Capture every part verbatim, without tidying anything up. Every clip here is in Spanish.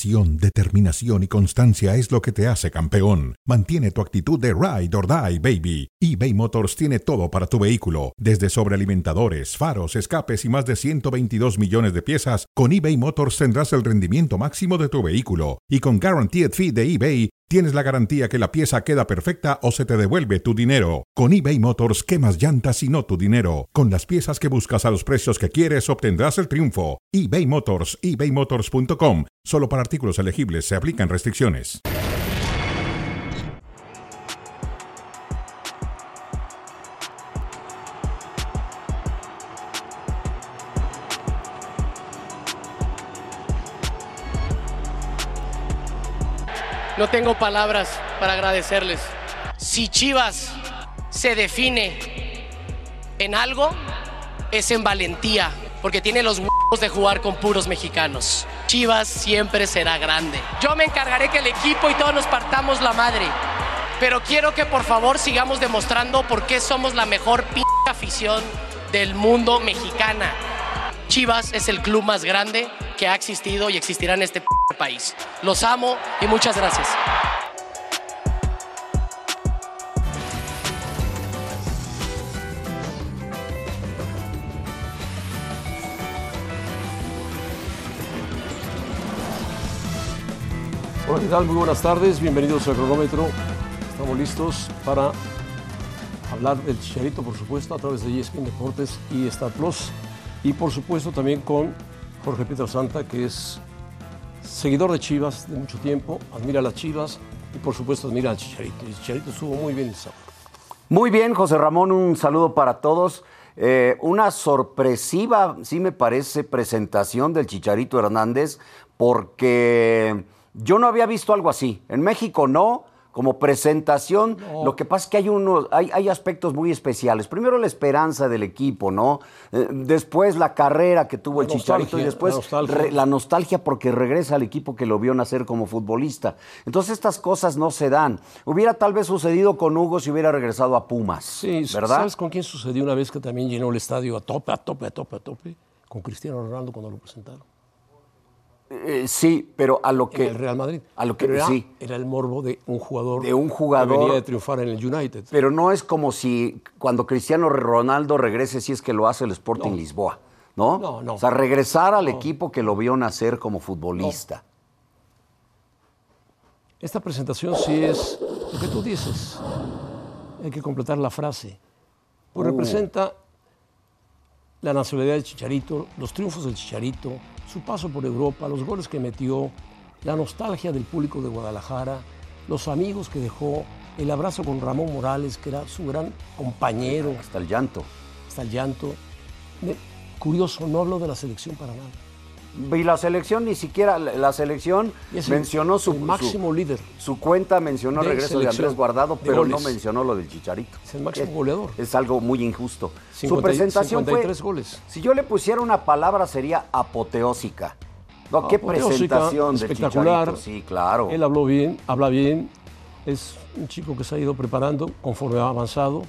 Pasión, determinación y constancia es lo que te hace campeón. Mantiene tu actitud de ride or die, baby. eBay Motors tiene todo para tu vehículo, desde sobrealimentadores, faros, escapes y más de ciento veintidós millones de piezas. Con eBay Motors tendrás el rendimiento máximo de tu vehículo. Y con Guaranteed Fee de eBay, tienes la garantía que la pieza queda perfecta o se te devuelve tu dinero. Con eBay Motors, quemas llantas y no tu dinero. Con las piezas que buscas a los precios que quieres, obtendrás el triunfo. eBay Motors, ebay motors punto com. Solo para artículos elegibles se aplican restricciones. No tengo palabras para agradecerles. Si Chivas se define en algo, es en valentía, porque tiene los huevos de jugar con puros mexicanos. Chivas siempre será grande. Yo me encargaré que el equipo y todos nos partamos la madre, pero quiero que por favor sigamos demostrando por qué somos la mejor p*** afición del mundo mexicana. Chivas es el club más grande que ha existido y existirá en este p*** país. Los amo y muchas gracias. Hola, ¿qué tal? Muy buenas tardes, bienvenidos al Cronómetro. Estamos listos para hablar del Chicharito, por supuesto, a través de E S P N Deportes y Star Plus. Y por supuesto también con Jorge Pietrasanta, que es seguidor de Chivas de mucho tiempo, admira a las Chivas y por supuesto admira al Chicharito. El Chicharito estuvo muy bien el sábado. Muy bien, José Ramón, un saludo para todos. Eh, una sorpresiva, sí me parece, presentación del Chicharito Hernández, porque yo no había visto algo así. En México no, como presentación. No. Lo que pasa es que hay, unos, hay, hay aspectos muy especiales. Primero la esperanza del equipo, ¿no? Eh, después la carrera que tuvo la el Chicharito y después la nostalgia. Re, la nostalgia porque regresa al equipo que lo vio nacer como futbolista. Entonces estas cosas no se dan. Hubiera tal vez sucedido con Hugo si hubiera regresado a Pumas, sí, ¿verdad? ¿Sabes con quién sucedió una vez que también llenó el estadio a tope, a tope, a tope, a tope? Con Cristiano Ronaldo cuando lo presentaron. Eh, sí, pero a lo que... En el Real Madrid. A lo que era, sí. Era el morbo de un jugador, de un jugador que venía de triunfar en el United. Pero no es como si cuando Cristiano Ronaldo regrese, si es que lo hace el Sporting no. Lisboa, ¿no? No, no. O sea, regresar al no. equipo que lo vio nacer como futbolista. No. Esta presentación sí es lo que tú dices. Hay que completar la frase. Pues uh. representa la nacionalidad del Chicharito, los triunfos del Chicharito, su paso por Europa, los goles que metió, la nostalgia del público de Guadalajara, los amigos que dejó, el abrazo con Ramón Morales, que era su gran compañero. Hasta el llanto. Hasta el llanto. Curioso, no habló de la selección para nada. Y la selección, ni siquiera la selección el, mencionó su... El máximo su, líder. Su cuenta mencionó el regreso de Andrés Guardado, pero goles. no mencionó lo del Chicharito. Es el máximo es, goleador. Es algo muy injusto. cincuenta, su presentación cincuenta y tres fue... goles. Si yo le pusiera una palabra sería apoteósica. No, qué presentación de espectacular. Chicharito. Sí, claro. Él habló bien, habla bien. Es un chico que se ha ido preparando conforme ha avanzado.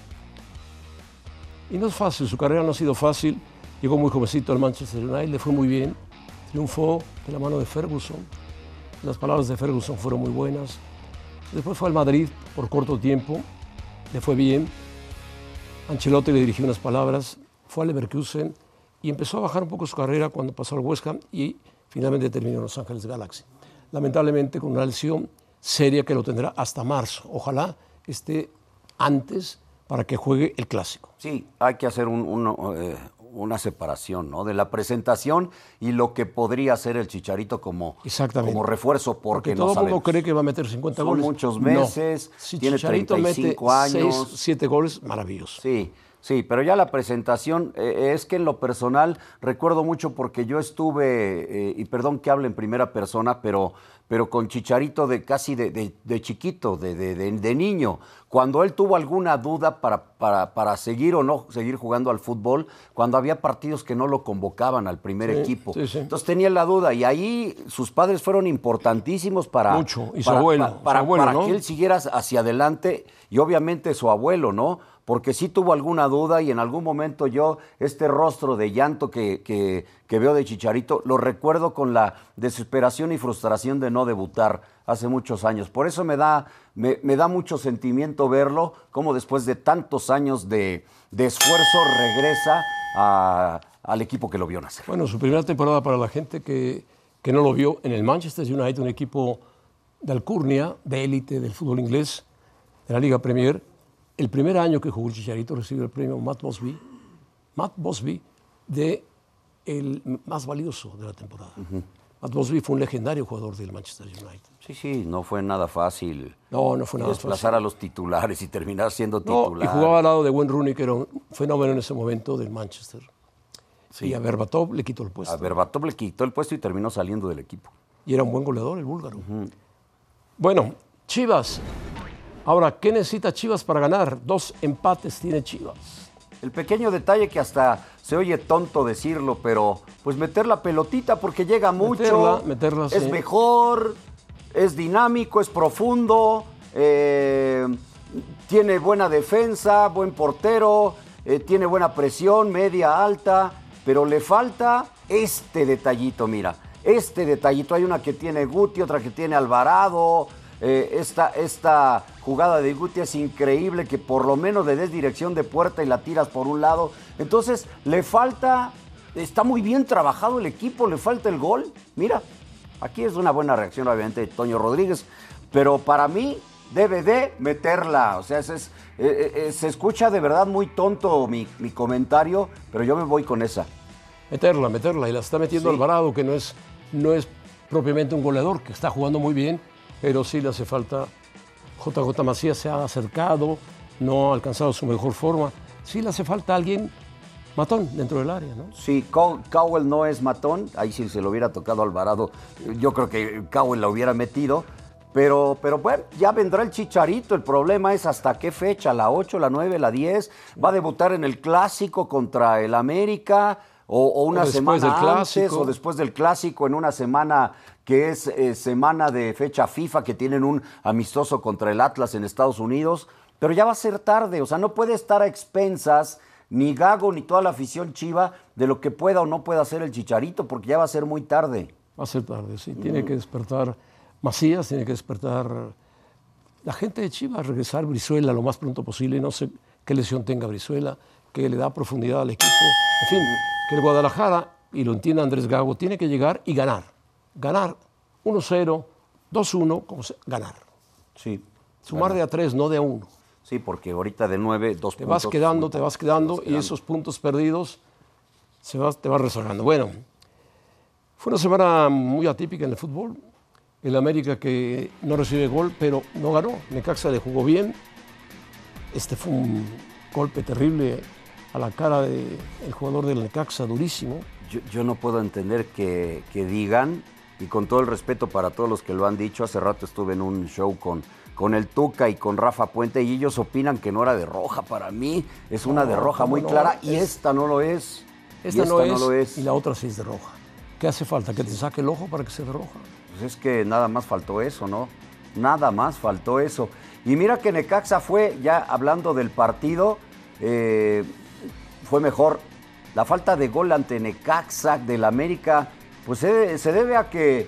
Y no es fácil, su carrera no ha sido fácil. Llegó muy jovencito al Manchester United, le fue muy bien. Triunfó de la mano de Ferguson. Las palabras de Ferguson fueron muy buenas. Después fue al Madrid por corto tiempo. Le fue bien. Ancelotti le dirigió unas palabras. Fue al Leverkusen y empezó a bajar un poco su carrera cuando pasó al West Ham y finalmente terminó en Los Ángeles Galaxy. Lamentablemente con una lesión seria que lo tendrá hasta marzo. Ojalá esté antes para que juegue el Clásico. Sí, hay que hacer un... un eh... una separación, ¿no? De la presentación y lo que podría ser el Chicharito como, como refuerzo, porque, porque no todo sabemos. el mundo cree que va a meter cincuenta Son goles. muchos meses, no. Si tiene Chicharito treinta y cinco mete años. seis, siete goles, maravilloso. Sí, sí, pero ya la presentación, eh, es que en lo personal recuerdo mucho porque yo estuve, eh, y perdón que hable en primera persona, pero, pero con Chicharito de casi de, de, de chiquito, de, de, de, de niño. Cuando él tuvo alguna duda para, para, para seguir o no seguir jugando al fútbol, cuando había partidos que no lo convocaban al primer sí, equipo. Sí, sí. Entonces tenía la duda y ahí sus padres fueron importantísimos para, Mucho. Y su para, abuelo, para, para, su abuelo, para ¿no? que él siguiera hacia adelante y obviamente su abuelo, ¿no? porque sí tuvo alguna duda y en algún momento yo este rostro de llanto que, que, que veo de Chicharito lo recuerdo con la desesperación y frustración de no debutar hace muchos años. Por eso me da, me, me da mucho sentimiento verlo, como después de tantos años de, de esfuerzo regresa a, al equipo que lo vio nacer. Bueno, su primera temporada para la gente que, que no lo vio en el Manchester United, un equipo de alcurnia, de élite del fútbol inglés, de la Liga Premier. El primer año que jugó el Chicharito recibió el premio Matt Busby, Matt Busby de el más valioso de la temporada. Uh-huh. Matt Busby fue un legendario jugador del Manchester United. Sí, sí, no fue nada fácil. No, no fue nada desplazar fácil. a los titulares y terminar siendo no, titular. Y jugaba al lado de Wayne Rooney, que era un fenómeno en ese momento del Manchester. Sí. Y a Berbatov le quitó el puesto. A Berbatov le quitó el puesto y terminó saliendo del equipo. Y era un buen goleador, el búlgaro. Uh-huh. Bueno, Chivas. Ahora, ¿qué necesita Chivas para ganar? Dos empates tiene Chivas. El pequeño detalle que hasta se oye tonto decirlo, pero pues meter la pelotita porque llega mucho, meterla, meterla, es sí. mejor, es dinámico, es profundo, eh, tiene buena defensa, buen portero, eh, tiene buena presión, media, alta, pero le falta este detallito, mira, este detallito. Hay una que tiene Guti, otra que tiene Alvarado. Eh, esta, esta jugada de Guti es increíble, que por lo menos le des dirección de puerta y la tiras por un lado. Entonces le falta, está muy bien trabajado el equipo, le falta el gol. Mira, aquí es una buena reacción obviamente de Toño Rodríguez, pero para mí debe de meterla. O sea, es, es, eh, eh, se escucha de verdad muy tonto mi, mi comentario, pero yo me voy con esa. Meterla, meterla, y la está metiendo Sí. Alvarado, que no es, no es propiamente un goleador, que está jugando muy bien, pero sí le hace falta. J J Macías se ha acercado, no ha alcanzado su mejor forma. Sí le hace falta alguien matón dentro del área, ¿no? Sí, Cowell no es matón, ahí si se lo hubiera tocado a Alvarado, yo creo que Cowell la hubiera metido, pero, pero bueno, ya vendrá el Chicharito. El problema es hasta qué fecha, la ocho, la nueve, la diez, va a debutar en el Clásico contra el América, o, o una o semana antes, o después del Clásico, en una semana que es eh, semana de fecha FIFA, que tienen un amistoso contra el Atlas en Estados Unidos, pero ya va a ser tarde. O sea, no puede estar a expensas ni Gago ni toda la afición chiva de lo que pueda o no pueda hacer el Chicharito, porque ya va a ser muy tarde. Va a ser tarde, sí. Tiene mm. que despertar Macías, tiene que despertar la gente de Chivas, regresar Brizuela lo más pronto posible. No sé qué lesión tenga Brizuela, que le da profundidad al equipo. En fin, que el Guadalajara, y lo entiende Andrés Gago, tiene que llegar y ganar. Ganar uno cero, dos uno, como se, ganar. Sí. Sumar ganar. de a tres, no de a uno. Sí, porque ahorita de nueve, dos te puntos. Vas quedando, te vas quedando, te vas quedando, y esos puntos perdidos se va, te vas rezagando. Bueno, fue una semana muy atípica en el fútbol. El América, que no recibe gol, pero no ganó. Necaxa le jugó bien. Este fue un golpe terrible a la cara del jugador del Necaxa, durísimo. Yo, yo no puedo entender que, que digan, y con todo el respeto para todos los que lo han dicho, hace rato estuve en un show con, con el Tuca y con Rafa Puente, y ellos opinan que no era de roja. Para mí es una no, de roja muy no, clara, es, y esta no lo es. Esta, esta no, es, no lo es, y la otra sí es de roja. ¿Qué hace falta? ¿Que te saque el ojo para que sea de roja? Pues es que nada más faltó eso, ¿no? Nada más faltó eso. Y mira que Necaxa fue, ya hablando del partido, eh, fue mejor. La falta de gol ante Necaxa del América, pues se, se debe a que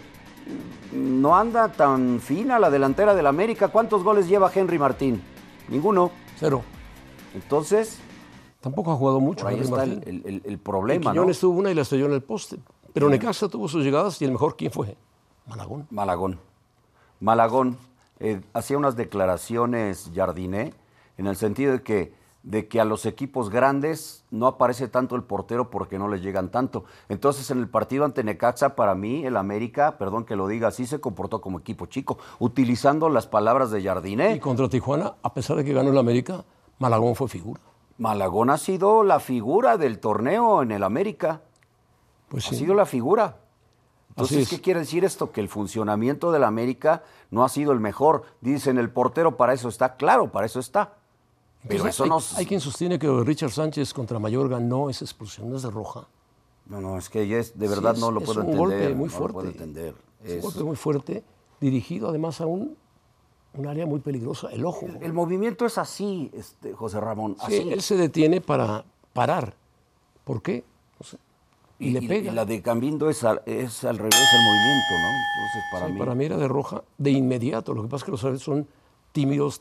no anda tan fina la delantera del América. ¿Cuántos goles lleva Henry Martín? Ninguno. Cero. Entonces... Tampoco ha jugado mucho. Por ahí Henry está Martín. El, el, el problema, el Quiñones ¿no? tuvo una y la estrelló en el poste. Pero Necaxa tuvo sus llegadas, y el mejor, ¿quién fue? Malagón. Malagón. Malagón. Eh, hacía unas declaraciones Jardiné, en el sentido de que, de que a los equipos grandes no aparece tanto el portero porque no les llegan tanto. Entonces, en el partido ante Necaxa, para mí, el América, perdón que lo diga así, se comportó como equipo chico, utilizando las palabras de Jardiné. Y contra Tijuana, a pesar de que ganó el América, Malagón fue figura. Malagón ha sido la figura del torneo en el América. Pues sí. Ha sido la figura. Entonces, ¿qué quiere decir esto? Que el funcionamiento del América no ha sido el mejor. Dicen, el portero para eso está. Claro, para eso está. Pero Entonces, eso hay, no... Hay quien sostiene que Richard Sánchez contra Mayorga no es expulsión, no es de roja. No, no, es que ya es, de verdad sí, no lo es puedo un entender. Golpe muy no fuerte. lo puedo entender. Es un golpe muy fuerte, dirigido además a un un área muy peligrosa, el ojo. El, el movimiento es así, este, José Ramón, así. Sí, él se detiene para parar. ¿Por qué? No sé. Y, y le pega. Y la de Cambindo es al, es al revés el movimiento, ¿no? Entonces, para sí, mí... para mí era de roja de inmediato. Lo que pasa es que los árabes son tímidos,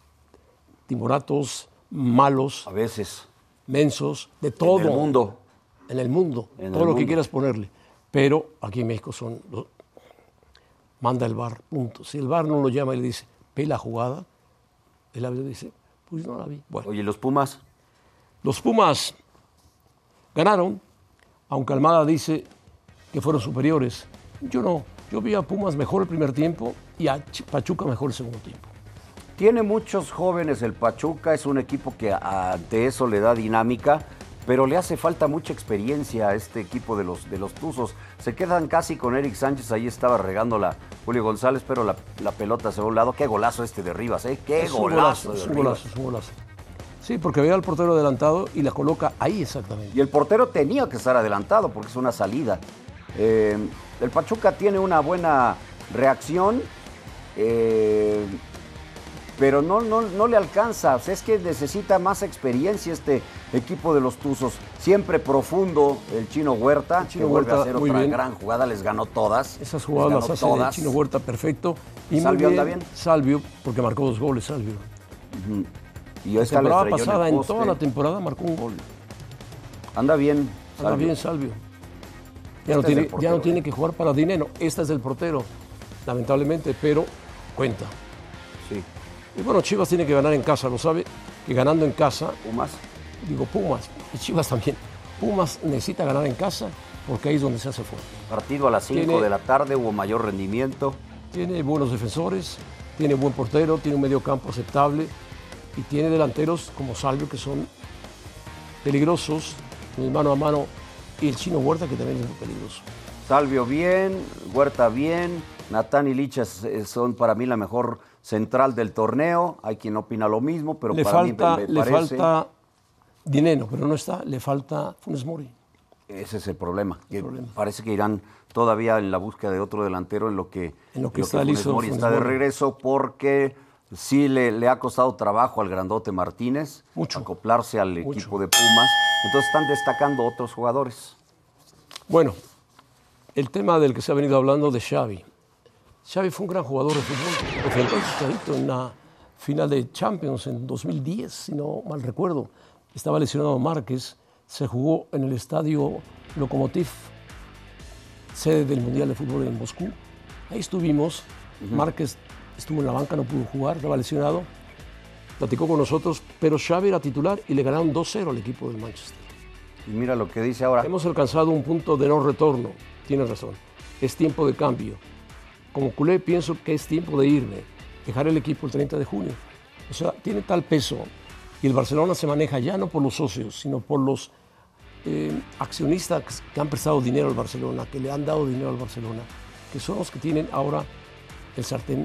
timoratos, malos. A veces. Mensos, de todo. En el mundo. En el mundo, en todo el lo mundo. que quieras ponerle. Pero aquí en México son... Los, manda el V A R, punto. Si el V A R no lo llama y le dice, ve la jugada, el árbitro dice, pues no la vi. Bueno. Oye, ¿los Pumas? Los Pumas ganaron, aunque Almada dice que fueron superiores. Yo no, yo vi a Pumas mejor el primer tiempo y a Pachuca mejor el segundo tiempo. Tiene muchos jóvenes el Pachuca, es un equipo que ante eso le da dinámica, pero le hace falta mucha experiencia a este equipo de los, de los Tuzos. Se quedan casi con Eric Sánchez, ahí estaba regándola Julio González, pero la, la pelota se va a un lado. Qué golazo este de Rivas, ¿eh? Qué es golazo, un golazo, de es un Rivas. golazo, es un golazo. Sí, porque ve al portero adelantado y la coloca ahí exactamente. Y el portero tenía que estar adelantado porque es una salida. Eh, el Pachuca tiene una buena reacción, eh, pero no, no, no le alcanza. O sea, es que necesita más experiencia este equipo de los Tuzos. Siempre profundo el Chino Huerta, El Chino que vuelve Huerta, a hacer muy otra bien. gran jugada, les ganó todas. Esas jugadas las ganó hace todas. el Chino Huerta perfecto. Y Salvio muy anda bien, bien. Salvio, porque marcó dos goles, Salvio. Y La esta le temporada estrelló en el pasada, en poste. toda la temporada, marcó un gol. Anda bien. Anda Salvio. bien, Salvio. Ya, no Este es tiene, el portero, ya no ¿eh? tiene que jugar para dinero. Este es el portero, lamentablemente, pero cuenta. Sí. Y bueno, Chivas tiene que ganar en casa, lo sabe, que ganando en casa, Pumas. digo Pumas, y Chivas también. Pumas necesita ganar en casa porque ahí es donde se hace fuerte. Partido a las cinco Tiene- de la tarde, hubo mayor rendimiento. Tiene buenos defensores, tiene buen portero, tiene un medio campo aceptable y tiene delanteros como Salvio que son peligrosos en el mano a mano y el Chino Huerta que también es muy peligroso. Salvio bien, Huerta bien, Natán y Lichas eh, son para mí la mejor central del torneo. Hay quien opina lo mismo, pero le para falta, mí me, me le parece... falta dinero, pero no está, le falta Funes Mori. Ese es el problema. que problema. Parece que irán todavía en la búsqueda de otro delantero en lo que, En lo que en está Funes listo Mori Funes está de Mori. regreso, porque sí le, le ha costado trabajo al grandote Martínez Mucho. acoplarse al Mucho. equipo de Pumas. Entonces están destacando otros jugadores. Bueno, el tema del que se ha venido hablando de Xavi. Xavi fue un gran jugador de fútbol. Enfrentó al Chicharito en la final de Champions en dos mil diez, si no mal recuerdo. Estaba lesionado Márquez. Se jugó en el estadio Lokomotiv, sede del Mundial de Fútbol en Moscú. Ahí estuvimos. Márquez estuvo en la banca, no pudo jugar, estaba lesionado. Platicó con nosotros, pero Xavi era titular y le ganaron dos cero al equipo del Manchester. Y mira lo que dice ahora. Hemos alcanzado un punto de no retorno. Tienes razón. Es tiempo de cambio. Como culé pienso que es tiempo de irme. Dejar el equipo el treinta de junio. O sea, tiene tal peso. Y el Barcelona se maneja ya no por los socios, sino por los eh, accionistas que han prestado dinero al Barcelona, que le han dado dinero al Barcelona, que son los que tienen ahora el sartén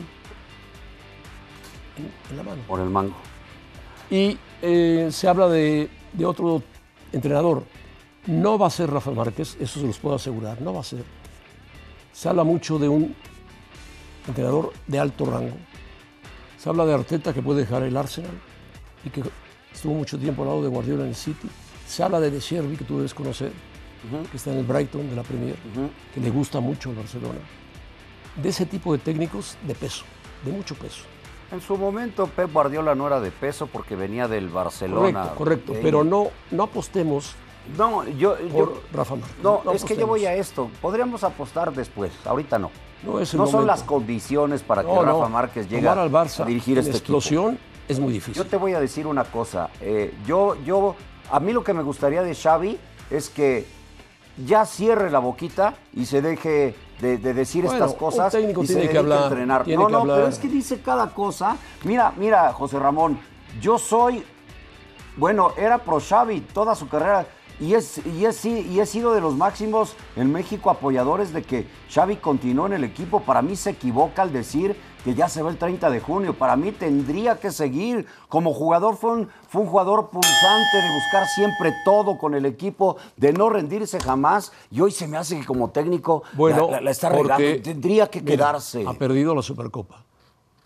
en, en la mano. Por el mango. Y eh, se habla de, de otro entrenador. No va a ser Rafa Márquez, eso se los puedo asegurar, no va a ser. Se habla mucho de un entrenador de alto rango. Se habla de Arteta, que puede dejar el Arsenal y que estuvo mucho tiempo al lado de Guardiola en el City. Se habla de De Zerbi, que tú debes conocer, uh-huh. que está en el Brighton de la Premier, uh-huh. que le gusta mucho el Barcelona. De ese tipo de técnicos de peso, de mucho peso. En su momento Pep Guardiola no era de peso porque venía del Barcelona. Correcto, correcto, ¿okay? pero no, no apostemos no, yo, por yo, Rafa Márquez. No, no es que yo voy a esto. Podríamos apostar después, ahorita no. No, es el no son momento. las condiciones para que no, Rafa no. Márquez llegue Tomar al Barça a dirigir en este explosión equipo. Es muy difícil. Yo te voy a decir una cosa. Eh, yo, yo, a mí lo que me gustaría de Xavi es que ya cierre la boquita y se deje de, de decir bueno, estas cosas. Un técnico y tiene se que hablar. a entrenar. Tiene no, que no, hablar. pero es que dice cada cosa. Mira, mira, José Ramón, yo soy, bueno, era pro Xavi toda su carrera. Y, es, y, es, y he sido de los máximos en México apoyadores de que Xavi continuó en el equipo. Para mí se equivoca al decir que ya se va el treinta de junio. Para mí tendría que seguir. Como jugador fue un, fue un jugador pulsante de buscar siempre todo con el equipo, de no rendirse jamás. Y hoy se me hace que como técnico bueno, la, la, la está regando. Tendría que mira, quedarse. Ha perdido la Supercopa.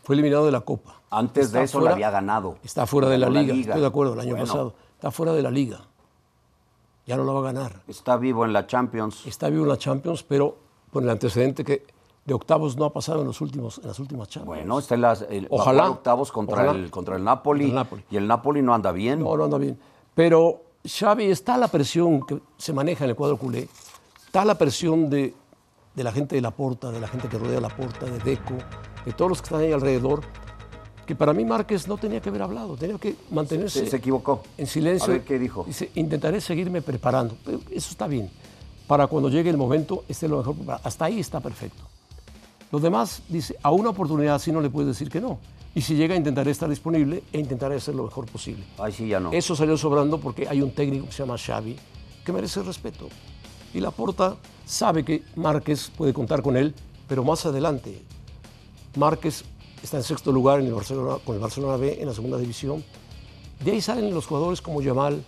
fue eliminado de la Copa. Antes Está de eso fuera, la había ganado. Está fuera de la Ganó liga, estoy de acuerdo, el año Bueno, pasado. Está fuera de la liga. Ya no la va a ganar. Está vivo en la Champions. Está vivo en la Champions, pero con el antecedente que de octavos no ha pasado en, los últimos, en las últimas Champions. Bueno, está en las el, Ojalá. va a jugar octavos contra, Ojalá. el, contra el Napoli, Contra el Napoli. Y el Napoli no anda bien. No, no anda bien. Pero Xavi, está la presión que se maneja en el cuadro culé, está la presión de, de la gente de la Porta, de la gente que rodea la Porta, de Deco, de todos los que están ahí alrededor, que para mí Márquez no tenía que haber hablado, tenía que mantenerse Se, se equivocó. en silencio. A ver, ¿qué dijo? Dice, intentaré seguirme preparando. Pero eso está bien. Para cuando llegue el momento, esté lo mejor preparado. Hasta ahí está perfecto. Los demás, dice, a una oportunidad sí no le puedes decir que no. Y si llega, intentaré estar disponible e intentaré hacer lo mejor posible. Ay, sí, ya no. Eso salió sobrando porque hay un técnico que se llama Xavi que merece respeto. Y Laporta sabe que Márquez puede contar con él, pero más adelante. Márquez está en sexto lugar en el Barcelona, con el Barcelona B en la segunda división. De ahí salen los jugadores como Yamal,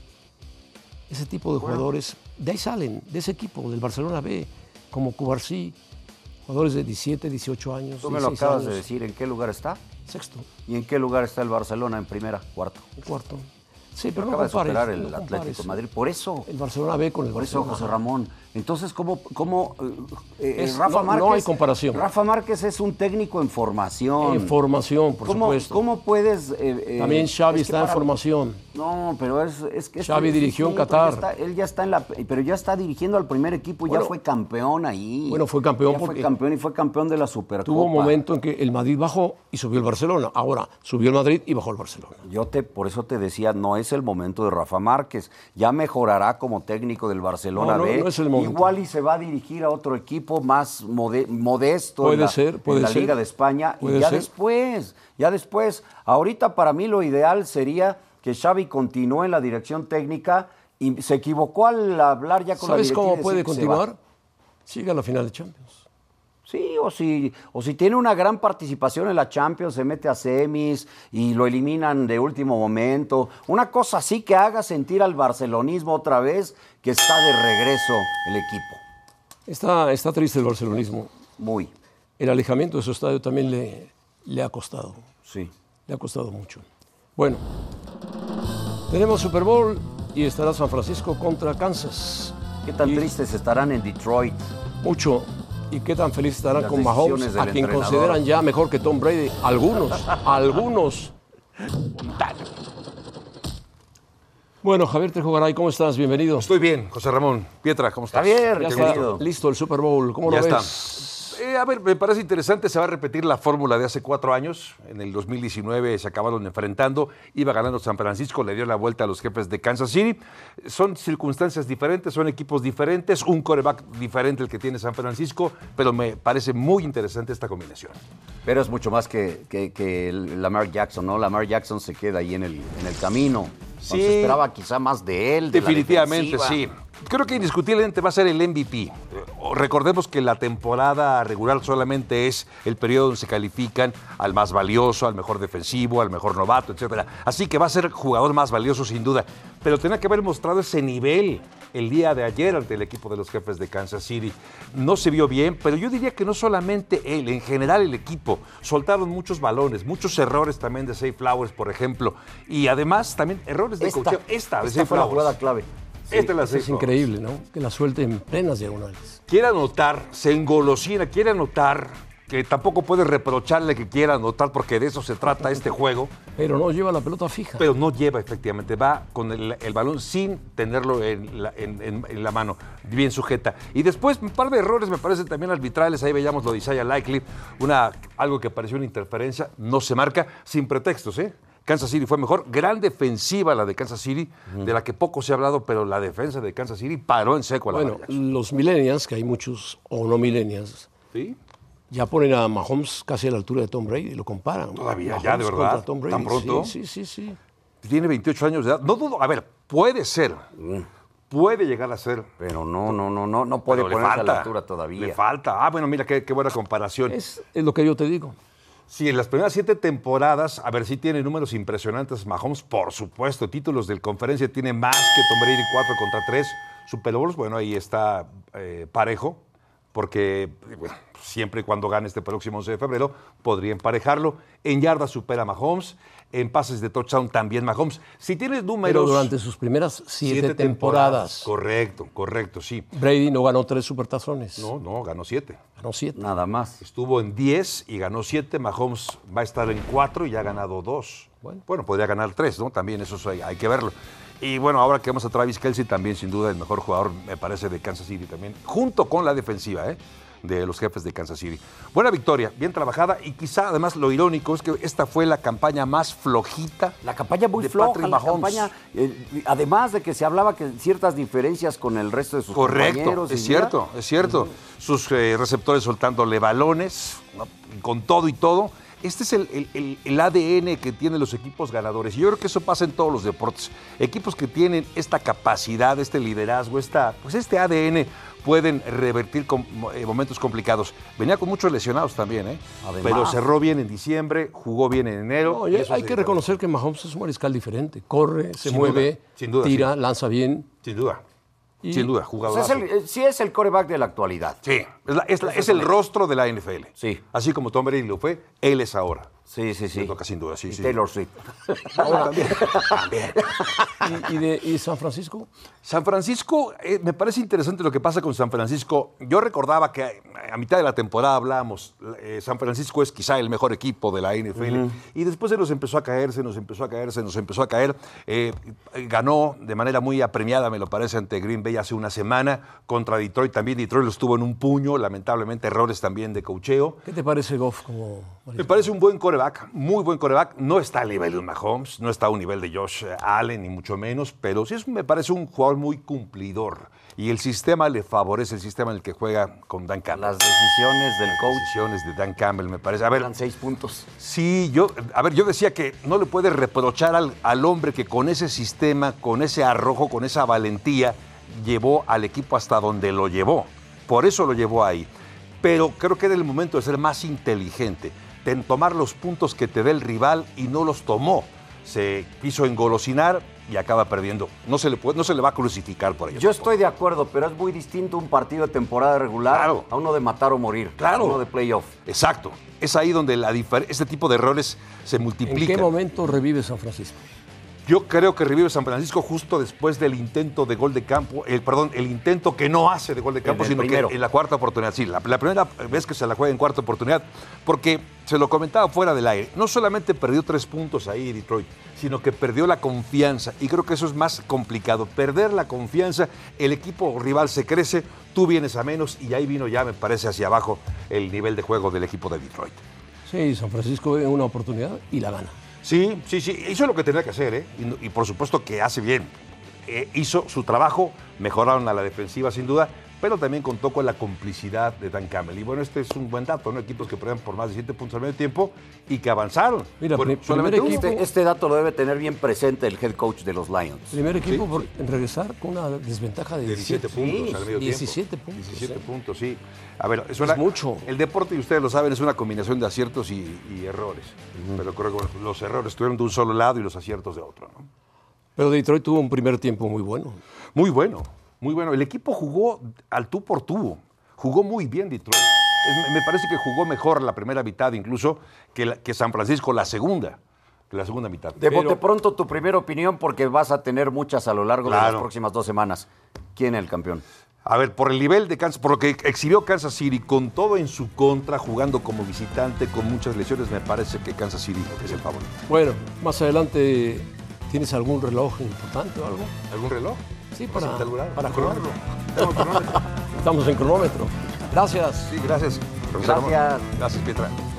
ese tipo de jugadores. De ahí salen, de ese equipo, del Barcelona B, como Cubarsí, jugadores de diecisiete, dieciocho años. Tú me lo acabas años. de decir, ¿en qué lugar está? Sexto. ¿Y en qué lugar está el Barcelona en primera, cuarto? Cuarto. Sí, pero no Acaba de compares. superar el no Atlético compares. de Madrid. Por eso, El Barcelona B con el por eso, Barcelona. José Ramón. Entonces, ¿cómo, cómo eh, eh, Es- Rafa no- Márquez? no hay comparación. Rafa Márquez es un técnico en formación. En formación, por ¿Cómo, supuesto. ¿Cómo puedes...? eh, eh, También Xavi es que está en para- formación. No, pero es, es que... Xavi este- dirigió en pero Qatar. ya está- él ya está en la... Pero ya está dirigiendo al primer equipo y Bueno, ya fue campeón ahí. bueno, fue campeón Ya fue porque campeón y fue campeón de la Supercopa. Tuvo un momento en que el Madrid bajó y subió el Barcelona. Ahora subió el Madrid y bajó el Barcelona. Yo te, por eso te decía, no es el momento de Rafa Márquez. Ya mejorará como técnico del Barcelona No, no, B. no es el momento. Igual y se va a dirigir a otro equipo más mode- modesto Puede en la, ser, puede en la ser. Liga de España. Puede y ya ser. después, ya después. Ahorita para mí lo ideal sería que Xavi continúe en la dirección técnica y se equivocó al hablar ya con la ¿Sabes directiva. cómo y puede decir que se va. continuar? Sigue a la final de Champions. Sí, o si, o si tiene una gran participación en la Champions, se mete a semis y lo eliminan de último momento. Una cosa así que haga sentir al barcelonismo otra vez que está de regreso el equipo. Está, está triste el barcelonismo. Muy, El alejamiento de su estadio también le, le ha costado. sí. Le ha costado mucho. Bueno, tenemos Super Bowl y estará San Francisco contra Kansas. ¿Qué tan Y tristes estarán en Detroit? Mucho. ¿Y qué tan feliz estarán Las con Mahomes, decisiones del a quien entrenador. consideran ya mejor que Tom Brady? Algunos, algunos. Bueno, Javier Trejogaray, ¿cómo estás? Bienvenido. Estoy bien, José Ramón. Pietra, ¿cómo estás? Javier, Ya qué está querido. listo el Super Bowl. ¿Cómo Ya lo está. ves? Eh, a ver, me parece interesante, se va a repetir la fórmula de hace cuatro años. En el dos mil diecinueve se acabaron enfrentando, iba ganando San Francisco, le dio la vuelta a los jefes de Kansas City. Son circunstancias diferentes, son equipos diferentes, un quarterback diferente el que tiene San Francisco, pero me parece muy interesante esta combinación. Pero es mucho más que, que, que el Lamar Jackson, ¿no? Lamar Jackson se queda ahí en el, en el camino. Sí. Sí. Se esperaba quizá más de él, de la Definitivamente, sí. defensiva. Creo que indiscutiblemente va a ser el M V P. Eh, Recordemos que la temporada regular solamente es el periodo donde se califican al más valioso, al mejor defensivo, al mejor novato, etcétera. Así que va a ser el jugador más valioso sin duda. Pero tenía que haber mostrado ese nivel el día de ayer ante el equipo de los jefes de Kansas City. No se vio bien, pero yo diría que no solamente él, en general el equipo. Soltaron muchos balones, muchos errores también de Zay Flowers, por ejemplo. Y además también errores de Esta, coacheo. Esta, de esta Zay fue la Flowers. jugada clave. Esta es la Es Zay Flowers. increíble, ¿no? Que la suelte en plenas diagonales. Quiere anotar, se engolosina, quiere anotar, que tampoco puede reprocharle que quiera anotar porque de eso se trata este juego, Pero no lleva la pelota fija. pero no lleva efectivamente, va con el, el balón sin tenerlo en la, en- en- en la mano, bien sujeta. Y después un par de errores me parecen también arbitrales, ahí veíamos lo de Isaiah Likely, una, algo que pareció una interferencia, no se marca, sin pretextos, ¿eh? Kansas City fue mejor, gran defensiva la de Kansas City, de la que poco se ha hablado, pero la defensa de Kansas City paró en seco a la Bueno, Lamar los millennials, que hay muchos, o no millennials, ¿Sí? ya ponen a Mahomes casi a la altura de Tom Brady y lo comparan. Todavía, Mahomes ya, de verdad, contra Tom Brady. ¿tan pronto? Sí, sí, sí, sí. Tiene veintiocho años de edad. No dudo, a ver, puede ser. Puede llegar a ser. Pero no, no, no, no, no puede pero le ponerse a falta, la altura todavía. Le falta. Ah, bueno, mira qué, qué buena comparación. Es, es lo que yo te digo. Sí, en las primeras siete temporadas, a ver si tiene números impresionantes Mahomes, por supuesto. Títulos del conferencia tiene más que Tom Brady, cuatro contra tres. Super Bowls, bueno, ahí está eh, parejo. porque bueno, siempre y cuando gane este próximo once de febrero podría emparejarlo. En yardas supera a Mahomes, en pases de touchdown también Mahomes. Si tienes números... Pero durante sus primeras siete, siete temporadas. temporadas. Correcto, correcto, sí. Brady no ganó tres supertazones. No, no, ganó siete. Ganó siete. Nada más. Estuvo en diez y ganó siete. Mahomes va a estar en cuatro y ya ha ganado dos. Bueno, bueno podría ganar tres, ¿no? También eso hay, hay que verlo. Y bueno, ahora que vamos a Travis Kelce, también sin duda el mejor jugador, me parece, de Kansas City también, junto con la defensiva, ¿eh? de los Jefes de Kansas City. Buena victoria, bien trabajada, y quizá además lo irónico es que esta fue la campaña más flojita. La campaña muy de floja, Patrick la Mahomes. campaña, eh, además de que se hablaba que ciertas diferencias con el resto de sus Correcto, compañeros. es cierto, es cierto. Sus eh, receptores soltándole balones, ¿no? Con todo y todo. Este es el, el, el, el A D N que tienen los equipos ganadores. Y yo creo que eso pasa en todos los deportes. Equipos que tienen esta capacidad, este liderazgo, esta, pues este A D N, pueden revertir con, eh, momentos complicados. Venía con muchos lesionados también, ¿eh? Además. Pero cerró bien en diciembre, jugó bien en enero. No, y hay eso hay que reconocer que Mahomes es un mariscal diferente. Corre, se Sin mueve, duda, sin duda, tira, sí. lanza bien. Sin duda, Y- sin duda, O sea, jugador. es el, eh, sí es el quarterback de la actualidad. Sí, es, la- es la- es el rostro de la N F L. Sí. Así como Tom Brady lo fue, él es ahora. Sí, sí, sí. Le toca sin duda, sí, Y sí. Taylor Swift. Ahora también. También. ¿Y, y de, y San Francisco? San Francisco, eh, me parece interesante lo que pasa con San Francisco. Yo recordaba que a, a mitad de la temporada hablábamos, eh, San Francisco es quizá el mejor equipo de la N F L. Uh-huh. Y después se nos empezó a caer, se nos empezó a caer, se nos empezó a caer. Eh, ganó de manera muy apremiada, me lo parece, ante Green Bay hace una semana. Contra Detroit también. Detroit lo estuvo en un puño, lamentablemente errores también de coacheo. ¿Qué te parece Goff como mariscal? Me parece un buen quarterback, muy buen quarterback. No está al nivel de un Mahomes, no está a un nivel de Josh Allen, ni mucho menos, pero sí es, me parece un jugador muy cumplidor. Y el sistema le favorece, el sistema en el que juega con Dan Campbell. Las decisiones del Las coach. decisiones de Dan Campbell, me parece. A ver, Eran seis puntos. sí, yo, a ver, yo decía que no le puede reprochar al, al hombre que con ese sistema, con ese arrojo, con esa valentía, llevó al equipo hasta donde lo llevó. Por eso lo llevó ahí. Pero creo que era el momento de ser más inteligente, de tomar los puntos que te dé el rival y no los tomó. Se quiso engolosinar y acaba perdiendo. No se le, puede, no se le va a crucificar por ello. Yo estoy de acuerdo, pero es muy distinto un partido de temporada regular Claro. a uno de matar o morir. Claro. A uno de playoff. Exacto. Es ahí donde la difer- este tipo de errores se ¿En multiplican. qué momento revive San Francisco? Yo creo que revive San Francisco justo después del intento de gol de campo, el perdón, el intento que no hace de gol de campo, En el sino primero. que en la cuarta oportunidad. Sí, la, la primera vez que se la juega en cuarta oportunidad, porque se lo comentaba fuera del aire, no solamente perdió tres puntos ahí Detroit, sino que perdió la confianza, y creo que eso es más complicado. Perder la confianza, el equipo rival se crece, tú vienes a menos, y ahí vino ya, me parece, hacia abajo el nivel de juego del equipo de Detroit. Sí, San Francisco ve una oportunidad y la gana. Sí, sí, sí, hizo lo que tenía que hacer, ¿eh? y, y por supuesto que hace bien. Eh, hizo su trabajo, mejoraron a la defensiva sin duda, pero también contó con la complicidad de Dan Campbell. Y bueno, este es un buen dato, ¿no? Equipos que perdían por más de siete puntos al medio tiempo y que avanzaron. Mira, Bueno, pri- solamente primer uno. equipo- Este, este dato lo debe tener bien presente el head coach de los Lions. Primer equipo Sí, por en regresar con una desventaja de De diecisiete diecisiete. puntos al medio diecisiete tiempo. puntos, diecisiete ¿eh? puntos, sí. A ver, es, una- mucho. El deporte, y ustedes lo saben, es una combinación de aciertos y, y errores. Pero creo que los errores estuvieron de un solo lado y los aciertos de otro, ¿no? Pero Detroit tuvo un primer tiempo muy bueno. Muy bueno, muy bueno. El equipo jugó al tú por tú. Jugó muy bien Detroit. Es- me parece que jugó mejor la primera mitad incluso que, la- que San Francisco la segunda, que la segunda mitad. De Pero- bote pronto tu primera opinión, porque vas a tener muchas a lo largo de Claro. las próximas dos semanas. ¿Quién es el campeón? A ver, por el nivel de Kansas, por lo que exhibió Kansas City, con todo en su contra, jugando como visitante, con muchas lesiones, me parece que Kansas City es el favorito. Bueno, más adelante, ¿tienes algún reloj importante o algo? ¿Algún reloj? Sí, para, ¿Vas a celular? para ¿Un jugarlo. cronómetro? Tengo cronómetro. Estamos en cronómetro. Gracias. Sí, gracias. Gracias. Gracias, Pietra.